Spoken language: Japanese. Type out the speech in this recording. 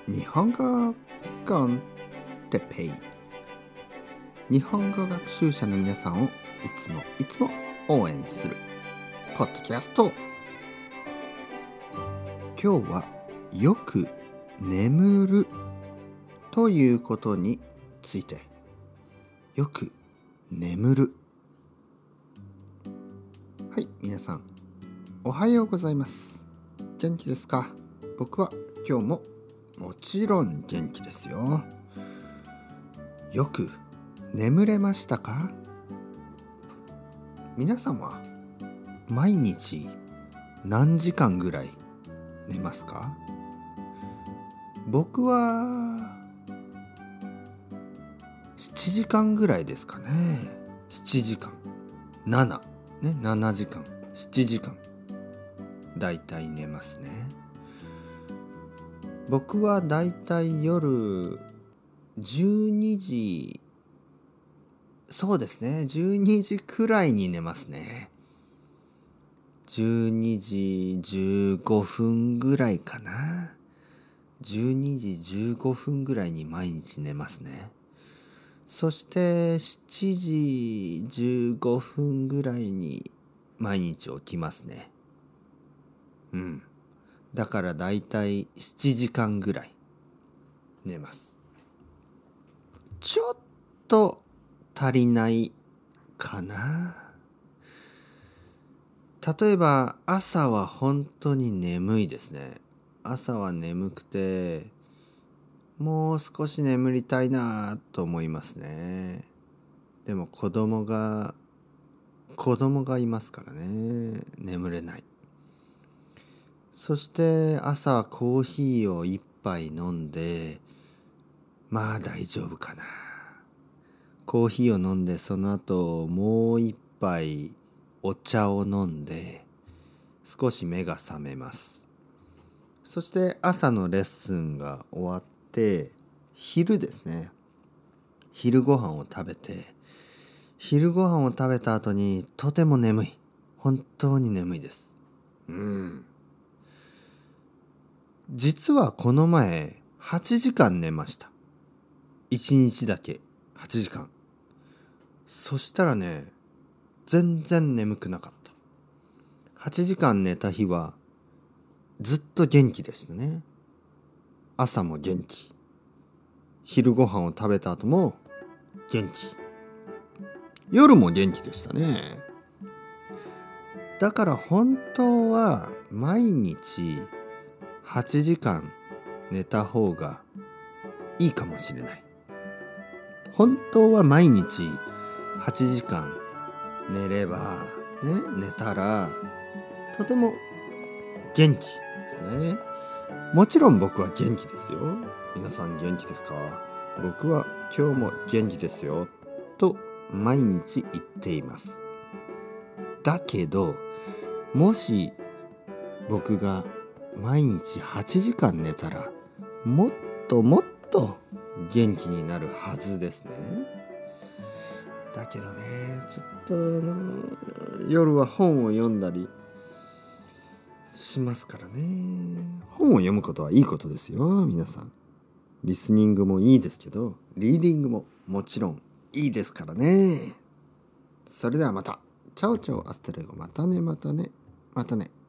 日本語コンテペイ。日本語学習者の皆さんをいつも応援するポッドキャスト。今日はよく眠るということについて。よく眠る。はい、皆さんおはようございます。元気ですか？僕は今日ももちろん元気ですよ。よく眠れましたか？皆さんは毎日何時間ぐらい寝ますか？僕は7時間ぐらいですかね。7時間7時間7時間だいたい寝ますね。僕はだいたい夜12時、そうですね、12時くらいに寝ますね。12時15分ぐらいかな。12時15分ぐらいに毎日寝ますね。そして7時15分ぐらいに毎日起きますね。だからだいたい7時間ぐらい寝ます。ちょっと足りないかな。例えば朝は本当に眠いですね。朝は眠くてもう少し眠りたいなと思いますね。でも子供がいますからね、眠れない。そして朝はコーヒーを一杯飲んで、まあ大丈夫かな。コーヒーを飲んでその後もう一杯お茶を飲んで少し目が覚めます。そして朝のレッスンが終わって昼ですね。昼ご飯を食べて、昼ご飯を食べた後にとても眠い。本当に眠いです。実はこの前8時間寝ました。1日だけ8時間。そしたらね、全然眠くなかった。8時間寝た日はずっと元気でしたね。朝も元気。昼ご飯を食べた後も元気。夜も元気でしたね。だから本当は毎日8時間寝た方がいいかもしれない。本当は毎日8時間寝れば寝たらとても元気ですね。もちろん僕は元気ですよ。皆さん元気ですか？僕は今日も元気ですよと毎日言っています。だけどもし僕が毎日8時間寝たらもっと元気になるはずですね。だけどね、ちょっと夜は本を読んだりしますからね。本を読むことはいいことですよ、皆さん。リスニングもいいですけど、リーディングももちろんいいですからね。それではまた。チャオチャオアスタレゴ。またね。